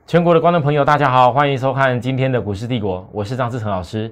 全国的观众朋友，大家好，欢迎收看今天的股市帝国，我是张志成老师。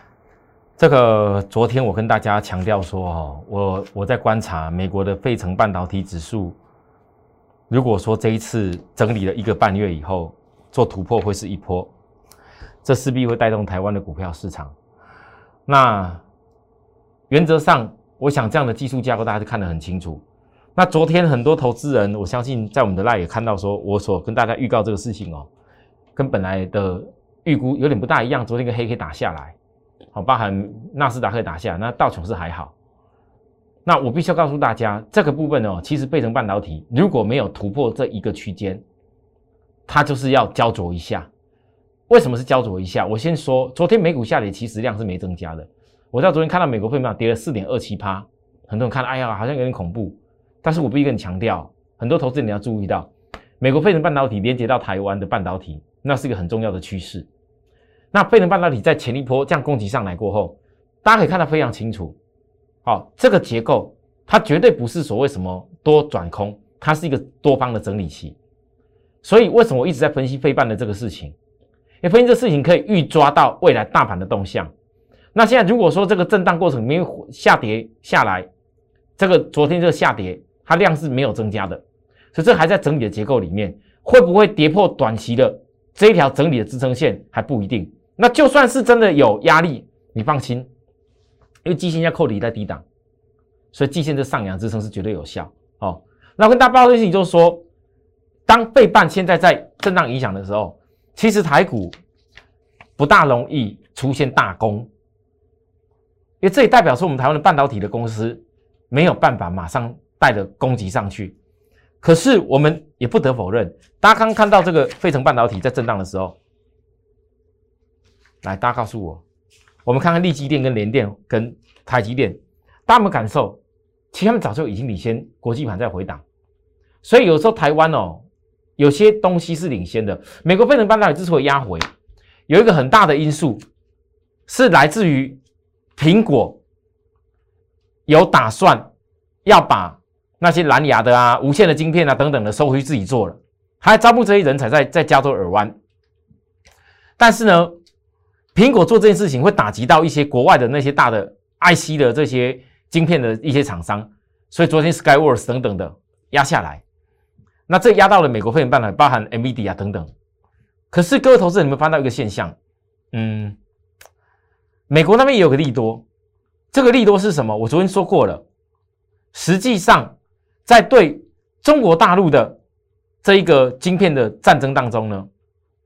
昨天我跟大家强调说，我在观察美国的费城半导体指数，如果说这一次整理了1个半月以后做突破会是一波，这势必会带动台湾的股票市场。那原则上，我想这样的技术架构大家是看得很清楚。那昨天很多投资人，我相信在我们的 LINE 也看到说，我所跟大家预告这个事情跟本来的预估有点不大一样。昨天一个黑 K 打下来，包含纳斯达克打下来，那道琼斯还好。那我必须要告诉大家，这个部分其实费城半导体如果没有突破这一个区间，它就是要焦灼一下。为什么是焦灼一下？我先说，昨天美股下跌，其实量是没增加的。我在昨天看到美国费半跌了 4.27%， 很多人看到，哎呀，好像有点恐怖。但是我必须跟你强调，很多投资人你要注意到，美国费城半导体连接到台湾的半导体，那是一个很重要的趋势。那费城半导体在前一波这样攻击上来过后，大家可以看得非常清楚，这个结构它绝对不是所谓什么多转空，它是一个多方的整理期。所以为什么我一直在分析费半的这个事情？因为分析这事情可以预抓到未来大盘的动向。那现在如果说这个震荡过程里面下跌下来，昨天这个下跌它量是没有增加的，所以这还在整理的结构里面，会不会跌破短期的这一条整理的支撑线还不一定。那就算是真的有压力，你放心，因为季线要扣离在低档，所以季线这上扬支撑是绝对有效。那我跟大家报告的事情就是说，当费半现在在震荡影响的时候，其实台股不大容易出现大攻，因为这也代表说我们台湾的半导体的公司没有办法马上带着攻击上去。可是我们也不得否认，大家刚看到这个费城半导体在震荡的时候，来，大家告诉我，我们看看力积电跟联电跟台积电，大家有没有感受？其实他们早就已经领先国际盘在回档，所以有时候台湾有些东西是领先的。美国费城半导体之所以压回，有一个很大的因素是来自于苹果有打算要把那些蓝牙的无线的晶片等等的收回去自己做了，还招募这些人才在加州尔湾。但是呢，苹果做这件事情会打击到一些国外的那些大的 IC 的这些晶片的一些厂商，所以昨天 Skyworks 等等的压下来，那这压到了美国费城半导体，包含 NVIDIA 等等。可是各位投资人，你们发现到一个现象，美国那边也有个利多，这个利多是什么？我昨天说过了，实际上在对中国大陆的这一个晶片的战争当中呢，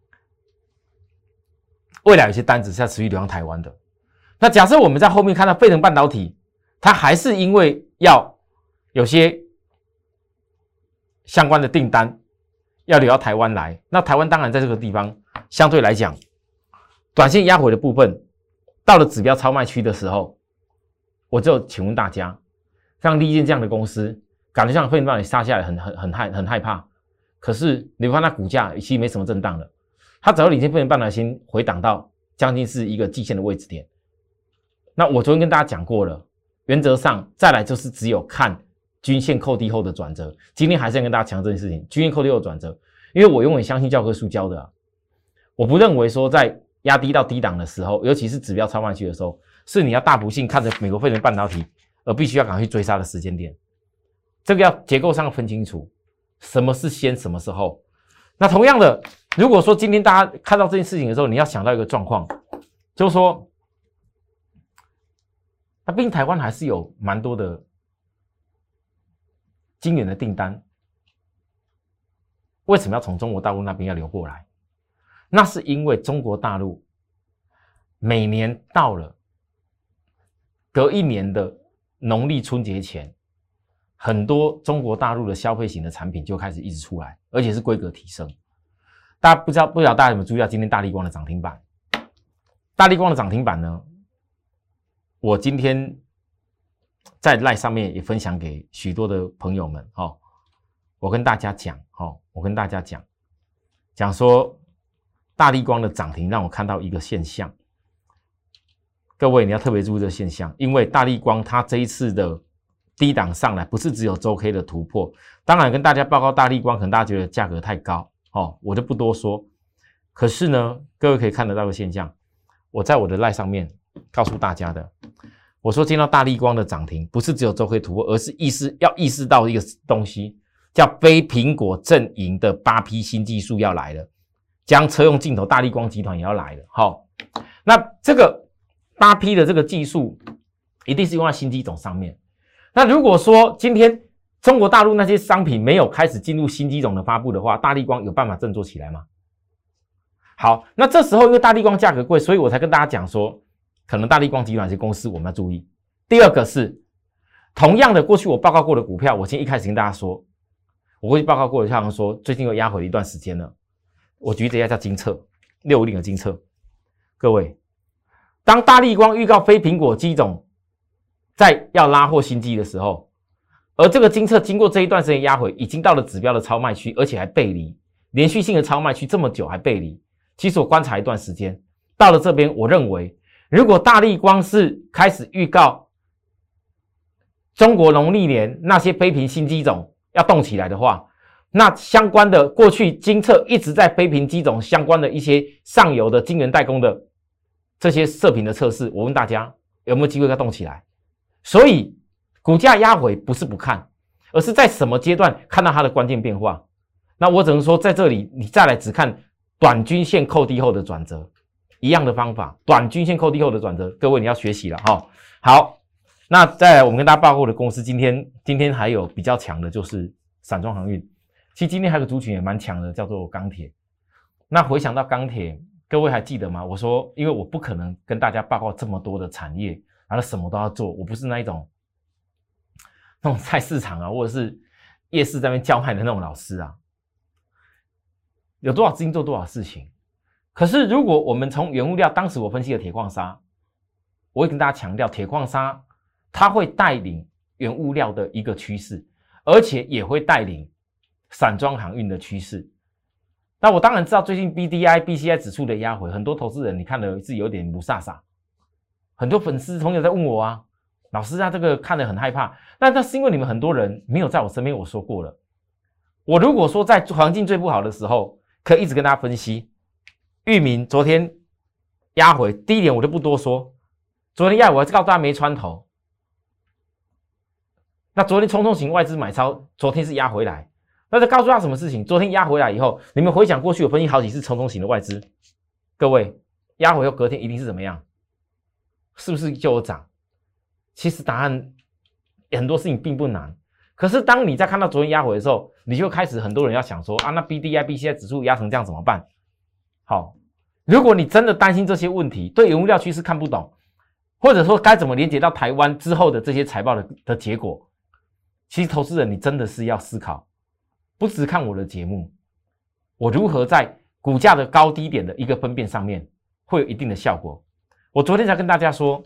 未来有些单子是要持续流向台湾的。那假设我们在后面看到费城半导体，它还是因为要有些相关的订单要流到台湾来，那台湾当然在这个地方相对来讲，短线压回的部分到了指标超卖区的时候，我就请问大家，像力建这样的公司，感觉像费城半导体杀下来很害怕，可是你会看它股价其实没什么震荡的，它只要领先费城半导体先回档到将近是一个季线的位置点。那我昨天跟大家讲过了，原则上再来就是只有看均线扣低后的转折。今天还是要跟大家强调这件事情，均线扣低后的转折，因为我永远相信教科书教的我不认为说在压低到低档的时候，尤其是指标超卖区的时候，是你要大不幸看着美国费城半导体而必须要赶快去追杀的时间点。这个要结构上分清楚，什么是先，什么是后。那同样的，如果说今天大家看到这件事情的时候，你要想到一个状况，就是说，那毕竟台湾还是有蛮多的晶圆的订单，为什么要从中国大陆那边要流过来？那是因为中国大陆每年到了隔一年的农历春节前，很多中国大陆的消费型的产品就开始一直出来，而且是规格提升。大家不知道大家有没有注意到今天大立光的涨停板？大立光的涨停板呢，我今天在 LINE 上面也分享给许多的朋友们我跟大家讲说大立光的涨停让我看到一个现象，各位你要特别注意这个现象，因为大立光它这一次的低档上来不是只有周 K 的突破，当然跟大家报告大立光可能大家觉得价格太高我就不多说， 可是呢，各位可以看得到的现象，我在我的 LINE 上面告诉大家的，我说见到大立光的涨停，不是只有周 K 突破，而是要意识到一个东西，叫非苹果阵营的8P 新技术要来了，将车用镜头大立光集团也要来了。好，那这个8P 的这个技术一定是用在新机种上面。那如果说今天中国大陆那些商品没有开始进入新机种的发布的话，大立光有办法振作起来吗？好，那这时候因为大立光价格贵，所以我才跟大家讲说，可能大立光集团这些公司我们要注意。第二个是同样的，过去我报告过的股票，我今天一开始跟大家说，我过去报告过的，像说最近又压回了一段时间了。我举这家叫精测650的精测，各位，当大立光预告非苹果机种在要拉货新机的时候，而这个精测经过这一段时间压回，已经到了指标的超卖区，而且还背离，连续性的超卖区这么久还背离。其实我观察一段时间，到了这边，我认为如果大立光是开始预告中国农历年那些非苹新机种要动起来的话，那相关的过去精测一直在非苹机种相关的一些上游的晶圆代工的这些射频的测试，我问大家有没有机会要动起来？所以股价压回不是不看，而是在什么阶段看到它的关键变化。那我只能说在这里你再来只看短均线扣低后的转折，一样的方法，短均线扣低后的转折，各位你要学习了哈。好，那再来我们跟大家报告的公司，今天还有比较强的就是散装航运。其实今天还有个族群也蛮强的，叫做钢铁。那回想到钢铁，各位还记得吗？我说因为我不可能跟大家报告这么多的产业，然后什么都要做，我不是那种菜市场啊，或者是夜市在那边叫卖的那种老师啊。有多少资金做多少事情。可是如果我们从原物料，当时我分析的铁矿砂，我会跟大家强调，铁矿砂它会带领原物料的一个趋势，而且也会带领散装航运的趋势。那我当然知道最近 BDI、BCI 指数的压回，很多投资人你看了是有点不飒飒，很多粉丝同学在问我啊，老师啊，这个看得很害怕。那是因为你们很多人没有在我身边，我说过了。我如果说在环境最不好的时候，可以一直跟大家分析，裕民昨天压回，第一点我就不多说。昨天压回，我告诉大家没穿头。那昨天冲动型外资买超，昨天是压回来。那再告诉大家什么事情？昨天压回来以后，你们回想过去，我分析好几次冲动型的外资，各位压回后隔天一定是怎么样？是不是就有涨？其实答案很多事情并不难。可是当你在看到昨天压回的时候，你就开始很多人要想说啊，那 BDI、BCI 指数压成这样怎么办？好，如果你真的担心这些问题，对原物料趋势看不懂，或者说该怎么连接到台湾之后的这些财报的结果，其实投资人你真的是要思考，不只看我的节目，我如何在股价的高低点的一个分辨上面会有一定的效果。我昨天才跟大家说，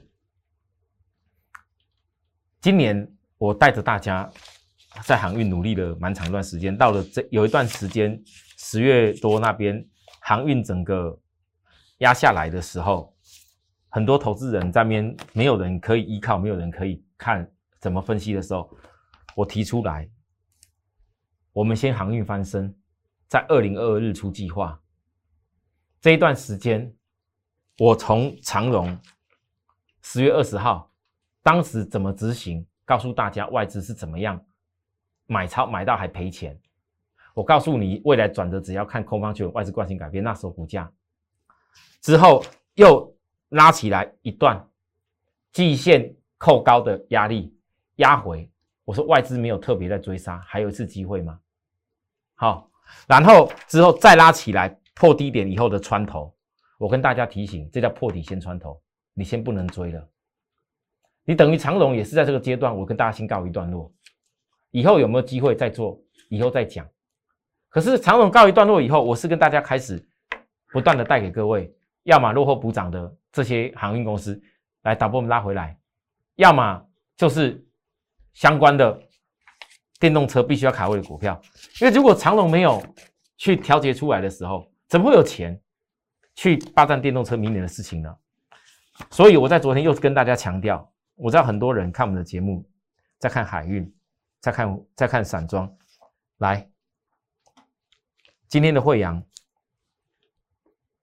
今年我带着大家在航运努力了蛮长一段时间，到了有一段时间10月多那边航运整个压下来的时候，很多投资人在那边没有人可以依靠，没有人可以看怎么分析的时候，我提出来，我们先航运翻身，在2022日出计划这一段时间，我从长荣10月20号当时怎么执行，告诉大家外资是怎么样买超买到还赔钱。我告诉你，未来转折只要看空方就有外资惯性改变，那时候股价之后又拉起来一段季线扣高的压力压回，我说外资没有特别在追杀，还有一次机会吗？好，然后之后再拉起来破低点以后的穿头，我跟大家提醒，这叫破底先穿头，你先不能追了。你等于长荣也是在这个阶段，我跟大家先告一段落，以后有没有机会再做，以后再讲。可是长荣告一段落以后，我是跟大家开始不断的带给各位，要么落后补涨的这些航运公司来把我们拉回来，要么就是相关的电动车必须要卡位的股票。因为如果长荣没有去调节出来的时候，怎么会有钱去霸占电动车明年的事情呢？所以我在昨天又跟大家强调，我知道很多人看我们的节目，在看海运，在看散装。来，今天的慧洋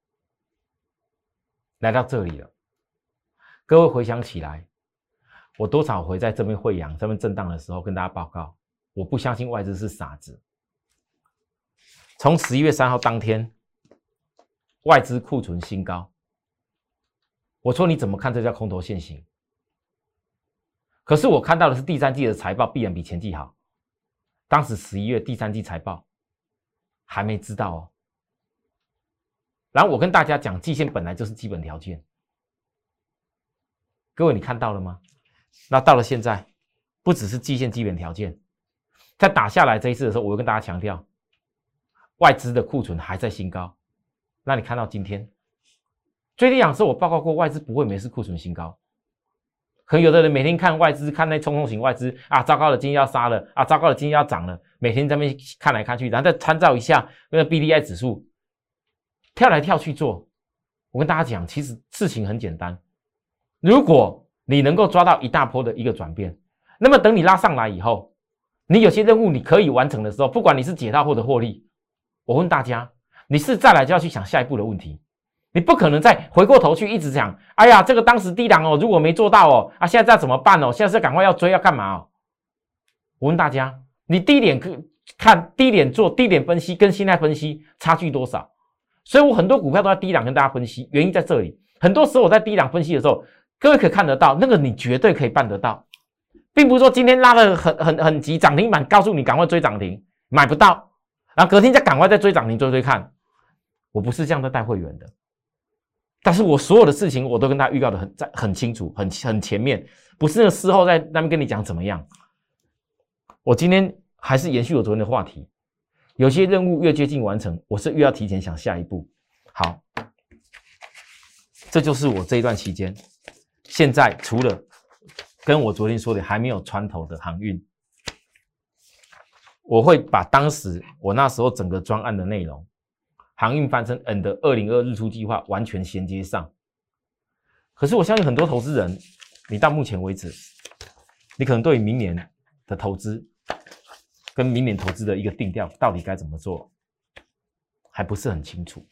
来到这里了。各位回想起来，我多少回在这边汇阳、这边震荡的时候跟大家报告，我不相信外资是傻子。从11月3号当天，外资库存新高，我说你怎么看这叫空头现行？可是我看到的是第三季的财报必然比前季好。当时11月第三季财报还没知道哦。然后我跟大家讲，季线本来就是基本条件。各位你看到了吗？那到了现在，不只是季线基本条件，在打下来这一次的时候，我会跟大家强调，外资的库存还在新高。那你看到今天最低档时候，我报告过，外资不会没事库存新高。可能有的人每天看外资，看那冲动型外资啊，糟糕了，今天要杀了啊，糟糕了，今天要涨了，每天在那边看来看去，然后再参照一下那个 BDI 指数，跳来跳去做。我跟大家讲，其实事情很简单，如果你能够抓到一大波的一个转变，那么等你拉上来以后，你有些任务你可以完成的时候，不管你是解套或者获利，我问大家，你是再来就要去想下一步的问题。你不可能再回过头去一直讲，哎呀，这个当时低档哦，如果没做到哦，啊，现在要怎么办哦？现在是赶快要追，要干嘛哦？我问大家，你低点看、低点做、低点分析，跟现在分析差距多少？所以我很多股票都在低档跟大家分析，原因在这里。很多时候我在低档分析的时候，各位可以看得到，那个你绝对可以办得到，并不是说今天拉得很急，涨停板告诉你赶快追涨停，买不到，然后隔天再赶快再追涨停追看，我不是这样在带会员的。但是我所有的事情我都跟他预告的很清楚，很前面，不是那个事后在那边跟你讲怎么样。我今天还是延续我昨天的话题，有些任务越接近完成，我是越要提前想下一步。好，这就是我这一段期间，现在除了跟我昨天说的还没有穿透的航运，我会把当时我那时候整个专案的内容。航运翻身 and 2022日出计划完全衔接上，可是我相信很多投资人，你到目前为止，你可能对于明年的投资跟明年投资的一个定调到底该怎么做，还不是很清楚。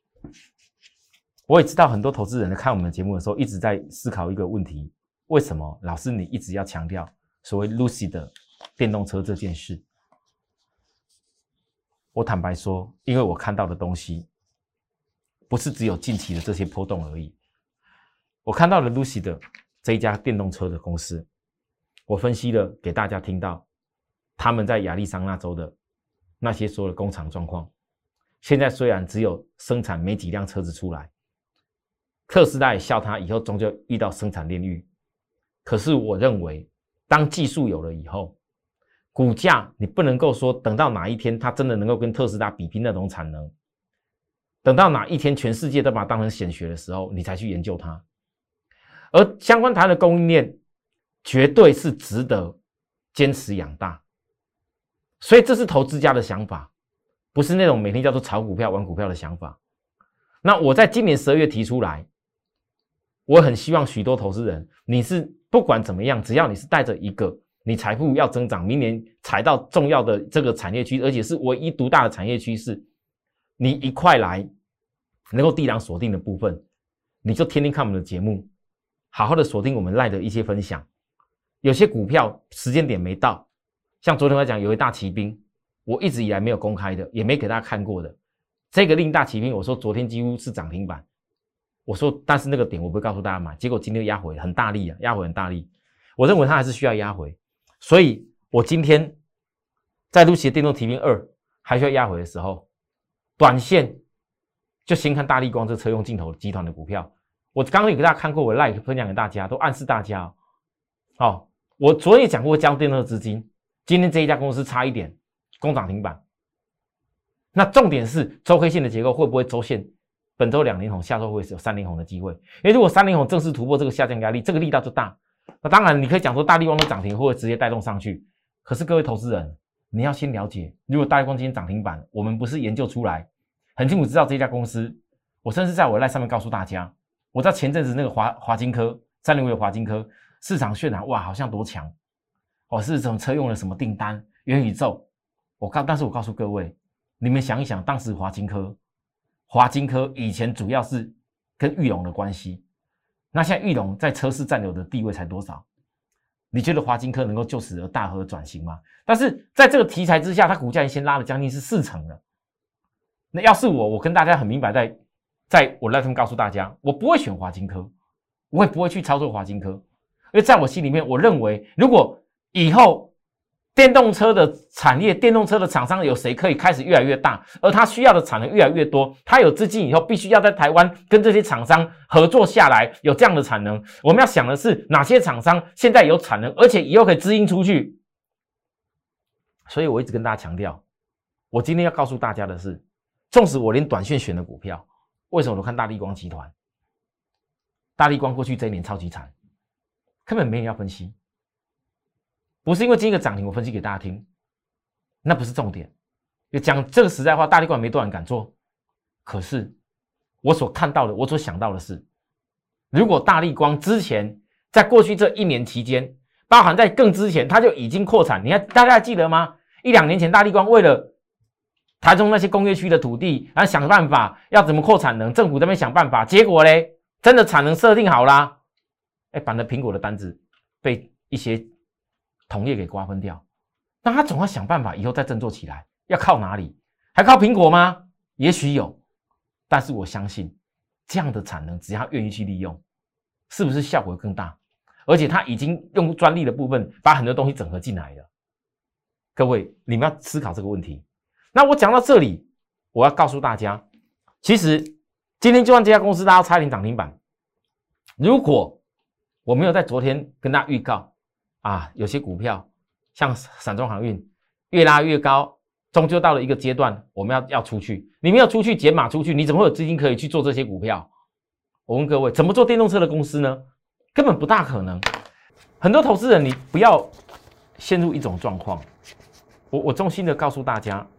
我也知道很多投资人在看我们节目的时候一直在思考一个问题：为什么老师你一直要强调所谓 Lucy 的电动车这件事？我坦白说，因为我看到的东西不是只有近期的这些波动而已。我看到了 Lucy 的这一家电动车的公司，我分析了给大家听到他们在亚利桑那州的那些所有的工厂状况。现在虽然只有生产没几辆车子出来，特斯拉也笑他以后终究遇到生产炼狱。可是我认为，当技术有了以后，股价你不能够说等到哪一天它真的能够跟特斯拉比拼那种产能，等到哪一天全世界都把它当成显学的时候，你才去研究它。而相关台的供应链绝对是值得坚持养大，所以这是投资家的想法，不是那种每天叫做炒股票玩股票的想法。那我在今年12月提出来，我很希望许多投资人，你是不管怎么样，只要你是带着一个你财富要增长，明年踩到重要的这个产业趋势，而且是唯一独大的产业趋势，你一块来能够低档锁定的部分，你就天天看我们的节目，好好的锁定我们赖的一些分享。有些股票时间点没到，像昨天我讲有一大骑兵，我一直以来没有公开的，也没给大家看过的，这个令大骑兵，我说昨天几乎是涨停板，我说但是那个点我不会告诉大家买，结果今天压回很大力啊，压回很大力，我认为它还是需要压回。所以我今天在Lucy的电动骑兵2还需要压回的时候，短线就先看大立光这车用镜头集团的股票。我刚刚有给大家看过，我 like 分享给大家，都暗示大家哦。我昨天也讲过江电动的资金，今天这一家公司差一点攻涨停板。那重点是周 K 线的结构会不会周线本周2连红，下周会有3连红的机会？因为如果3连红正式突破这个下降压力，这个力道就大。那当然，你可以讲说大立光的涨停会直接带动上去，可是各位投资人，你要先了解，如果大立光今天涨停板，我们不是研究出来，很清楚知道这家公司，我甚至在我 LINE 上面告诉大家，我知道前阵子那个华金科3050的华金科市场渲染哇好像多强哦，是什么车用的什么订单元宇宙，但是我告诉各位，你们想一想，当时华金科以前主要是跟裕隆的关系。那现在裕隆在车市占有的地位才多少？你觉得华金科能够就此而大幅转型吗？但是在这个题材之下，它股价已经先拉了将近是40%了。那要是我跟大家很明白在我来告诉大家，我不会选华金科，我也不会去操作华金科，因为在我心里面，我认为如果以后电动车的产业、电动车的厂商有谁可以开始越来越大，而他需要的产能越来越多，他有资金以后必须要在台湾跟这些厂商合作下来，有这样的产能。我们要想的是哪些厂商现在有产能，而且以后可以资金出去。所以我一直跟大家强调，我今天要告诉大家的是，纵使我连短线选的股票，为什么我都看大立光集团？大立光过去这一年超级惨，根本没人要分析。不是因为今天的涨停我分析给大家听，那不是重点。讲这个实在话，大立光没多少人敢做。可是我所看到的，我所想到的是，如果大立光之前在过去这1年期间，包含在更之前，它就已经扩产。你看大家还记得吗？1、2年前，大立光为了台中那些工业区的土地，然后想办法要怎么扩产能，政府这边想办法，结果嘞，真的产能设定好啦，反正苹果的单子被一些同业给瓜分掉，那他总要想办法以后再振作起来，要靠哪里？还靠苹果吗？也许有，但是我相信这样的产能，只要他愿意去利用，是不是效果更大？而且他已经用专利的部分把很多东西整合进来了。各位，你们要思考这个问题。那我讲到这里，我要告诉大家，其实今天就算这家公司拉到差一点涨停板，如果我没有在昨天跟大家预告有些股票像散装航运越拉越高，终究到了一个阶段，我们要出去。你没有出去减码出去，你怎么会有资金可以去做这些股票？我问各位，怎么做电动车的公司呢？根本不大可能。很多投资人，你不要陷入一种状况。我衷心的告诉大家，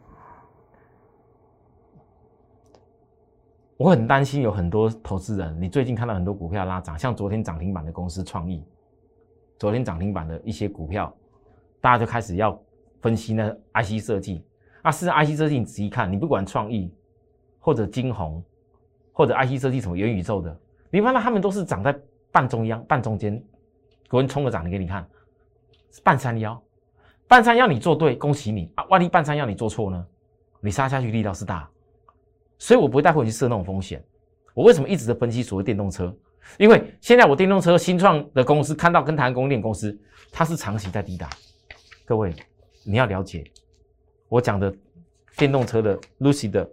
我很担心有很多投资人，你最近看到很多股票拉涨，像昨天涨停板的公司创意，昨天涨停板的一些股票，大家就开始要分析那 IC 设计。事实上 IC 设计你仔细看，你不管创意或者金鸿或者 IC 设计什么元宇宙的，你发现他们都是涨在半中央、半中间，昨天冲个涨停给你看，是半山腰。半山腰你做对，恭喜你万一半山腰你做错呢？你杀下去力道是大，所以我不会带会去设那种风险。我为什么一直在分析所谓电动车？因为现在我电动车新创的公司看到跟台湾供应链公司，它是长期在低档。各位你要了解，我讲的电动车的 Lucid 的，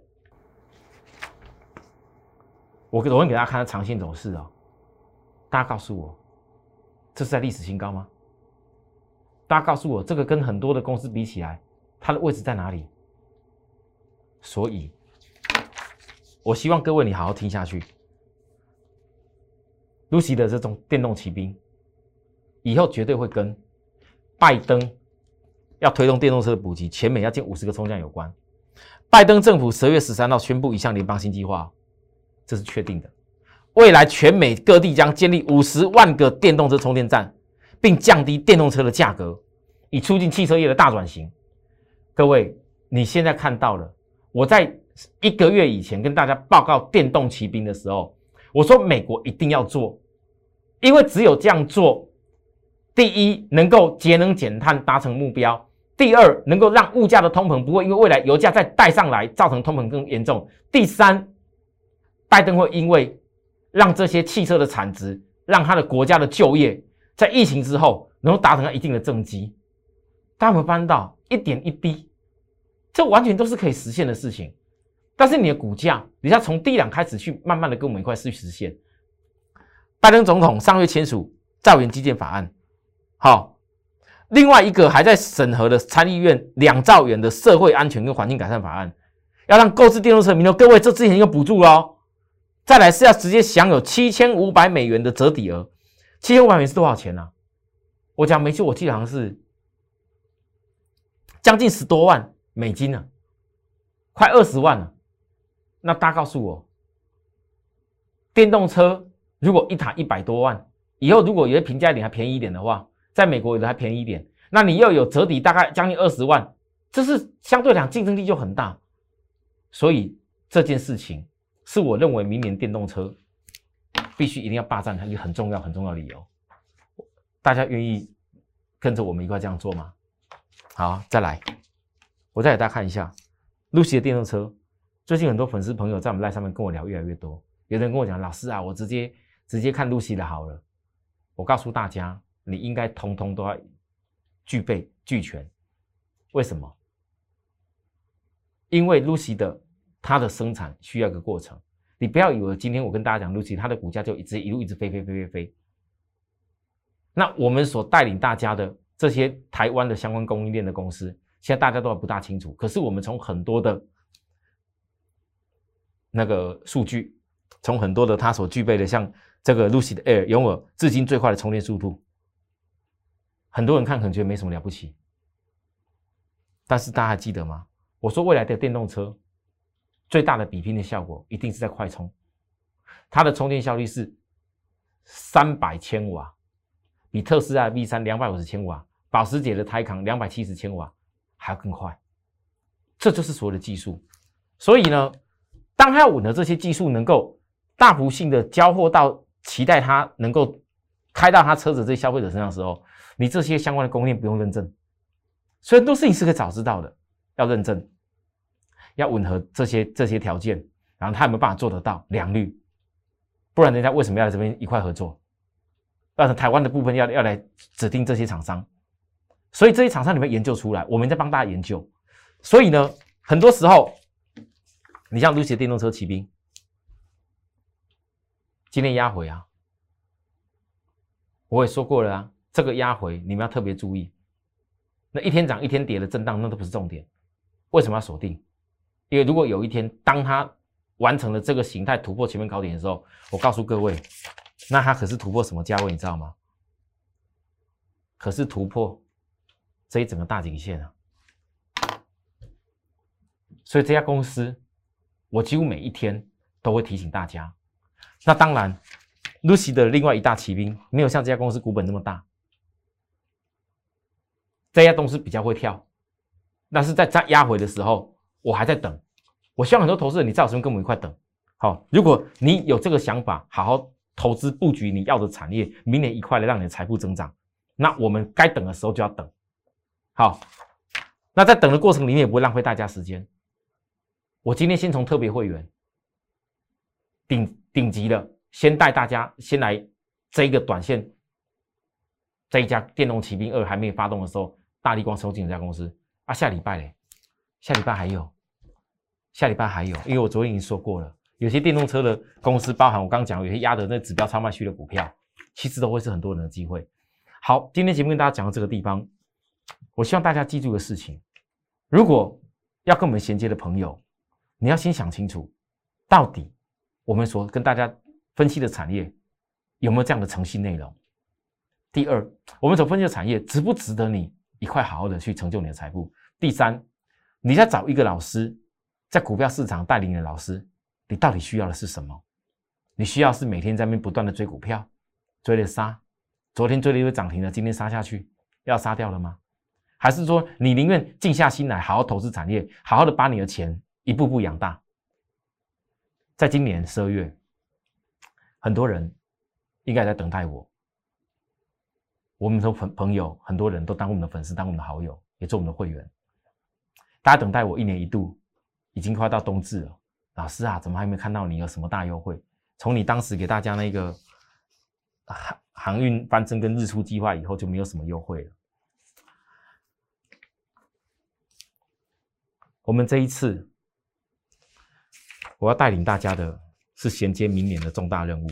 我会给大家看它长线走势大家告诉我，这是在历史新高吗？大家告诉我，这个跟很多的公司比起来，它的位置在哪里？所以，我希望各位你好好听下去。Lucid 的这种电动骑兵，以后绝对会跟拜登要推动电动车的普及，全美要建50个充站有关。拜登政府12月13号宣布一项联邦新计划，这是确定的。未来全美各地将建立50万个电动车充电站，并降低电动车的价格，以促进汽车业的大转型。各位，你现在看到了，我在1个月以前跟大家报告电动骑兵的时候，我说美国一定要做，因为只有这样做，第一能够节能减碳达成目标，第二能够让物价的通膨不会因为未来油价再带上来造成通膨更严重，第三拜登会因为让这些汽车的产值，让他的国家的就业在疫情之后能够达成一定的政绩。大家有没有发现到一点一滴，这完全都是可以实现的事情。但是你的股价，你要从低档开始去慢慢的跟我们一块去实现。拜登总统上月签署造园基建法案，好，另外一个还在审核的参议院2兆元的社会安全跟环境改善法案，要让购置电动车的民众，各位这之前有补助咯。再来是要直接享有$7500美的折抵额，$7500是多少钱啊？我讲没错，我记得好像是将近10多万美金啊，快20万了。那大家告诉我，电动车如果一台100多万，以后如果有些平价一点还便宜一点的话，在美国有的还便宜一点，那你又有折抵大概将近20万，这是相对来讲竞争力就很大。所以这件事情是我认为明年电动车必须一定要霸占，它一个很重要的理由。大家愿意跟着我们一块这样做吗？好，再来，我再给大家看一下 Lucy 的电动车。最近很多粉丝朋友在我们 LINE 上面跟我聊越来越多，有人跟我讲，老师啊，我直接看 Lucy 的好了。我告诉大家，你应该通通都要俱全。为什么？因为 Lucy 的它的生产需要一个过程。你不要以为今天我跟大家讲 Lucy 它的股价就一直飞。那我们所带领大家的这些台湾的相关供应链的公司，现在大家都还不大清楚。可是我们从很多的那个数据，从很多的它所具备的，像这个 Lucid Air 拥有至今最快的充电速度，很多人看可能觉得没什么了不起，但是大家还记得吗？我说未来的电动车最大的比拼的效果一定是在快充，它的充电效率是300千瓦，比特斯拉的 V3 250千瓦，保时捷的Taycan 270千瓦还要更快。这就是所有的技术。所以呢，当它稳的这些技术能够大幅性的交货到期待它能够开到它车子这些消费者身上的时候，你这些相关的供应链不用认证，所以很多事情是可以早知道的，要认证，要吻合这些条件，然后他有没有办法做得到良率，不然人家为什么要来这边一块合作？但是台湾的部分要来指定这些厂商，所以这些厂商你们研究出来，我们在帮大家研究。所以呢，很多时候，你像 Lucy 的电动车骑兵，今天压回啊，我也说过了啊，这个压回你们要特别注意。那一天涨一天跌的震荡，那都不是重点。为什么要锁定？因为如果有一天当它完成了这个形态突破前面高点的时候，我告诉各位，那它可是突破什么价位，你知道吗？可是突破这一整个大颈线啊！所以这家公司，我几乎每一天都会提醒大家。那当然 ，Lucy 的另外一大骑兵没有像这家公司股本那么大，这家公司比较会跳，但是在压回的时候，我还在等。我希望很多投资人你在我身边跟我们一块等。好，如果你有这个想法，好好投资布局你要的产业，明年一块来让你的财富增长，那我们该等的时候就要等。好，那在等的过程里面也不会浪费大家时间。我今天先从特别会员顶级的，先带大家先来这一个短线，这一家电动骑兵2还没有发动的时候，大立光收进这家公司啊，下礼拜嘞，下礼拜还有，因为我昨天已经说过了，有些电动车的公司，包含我刚刚讲有些压的那指标超卖区的股票，其实都会是很多人的机会。好，今天节目跟大家讲到这个地方，我希望大家记住一个事情：如果要跟我们衔接的朋友，你要先想清楚，到底我们所跟大家分析的产业有没有这样的诚信内容。第二，我们所分析的产业值不值得你一块好好的去成就你的财富。第三，你在找一个老师，在股票市场带领你的老师，你到底需要的是什么？你需要是每天在那边不断的追股票，追了杀，昨天追了一个涨停了，今天杀下去，要杀掉了吗？还是说你宁愿静下心来，好好投资产业，好好的把你的钱一步步养大？在今年12月，很多人应该在等待我。我们的朋友很多人都当我们的粉丝，当我们的好友，也做我们的会员。大家等待我1年1度，已经快到冬至了。老师啊，怎么还没看到你有什么大优惠？从你当时给大家那个航运翻身跟日出计划以后，就没有什么优惠了。我们这一次，我要带领大家的是衔接明年的重大任务。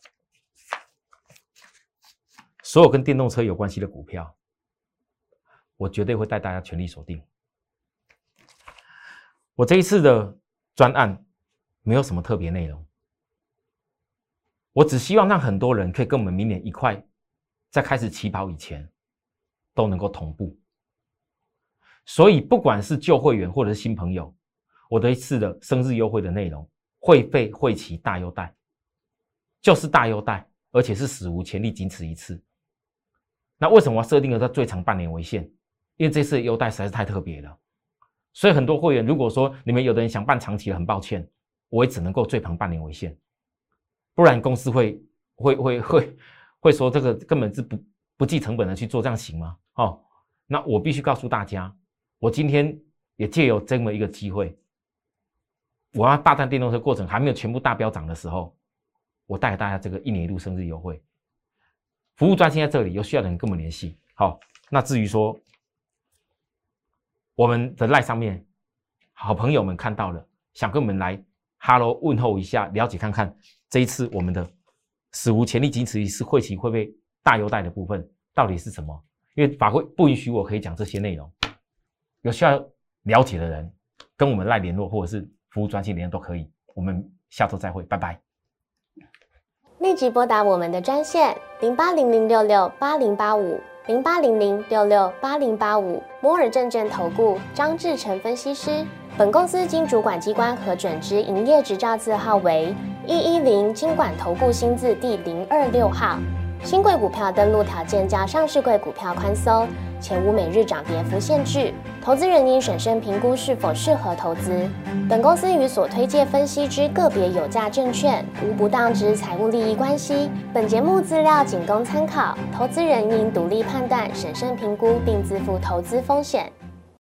所有跟电动车有关系的股票，我绝对会带大家全力锁定。我这一次的专案没有什么特别内容，我只希望让很多人可以跟我们明年一块，在开始起跑以前都能够同步。所以不管是旧会员或者是新朋友，我这一次的生日优惠的内容，会费会期大优待，就是大优待，而且是史无前例，仅此一次。那为什么我设定了在最长半年为限？因为这次的优待实在是太特别了，所以很多会员，如果说你们有的人想办长期的，很抱歉，我也只能够最长半年为限，不然公司会会说这个根本是不计成本的去做，这样行吗？哦，那我必须告诉大家，我今天也借由这么一个机会，我要大战电动车过程还没有全部大飙涨的时候，我带给大家这个1年1度生日优惠，服务专线在这里，有需要的人跟我们联系。好，那至于说我们的LINE上面好朋友们看到了，想跟我们来 Hello 问候一下，了解看看这一次我们的史无前例仅此一次会期会被大优待的部分到底是什么？因为法规不允许我可以讲这些内容，有需要了解的人跟我们LINE联络，或者是服务专线联络都可以。我们下周再会，拜拜。 立即拨打我们的专线08006680850800668085摩尔证券投顾张志成分析师。本公司经主管机关核准之营业执照字号为110金管投顾新字第026号。新贵股票登录条件较上市贵股票宽松，且无每日涨跌幅限制。投资人应审慎评估是否适合投资。本公司与所推介分析之个别有价证券无不当之财务利益关系。本节目资料仅供参考，投资人应独立判断、审慎评估，并自负投资风险。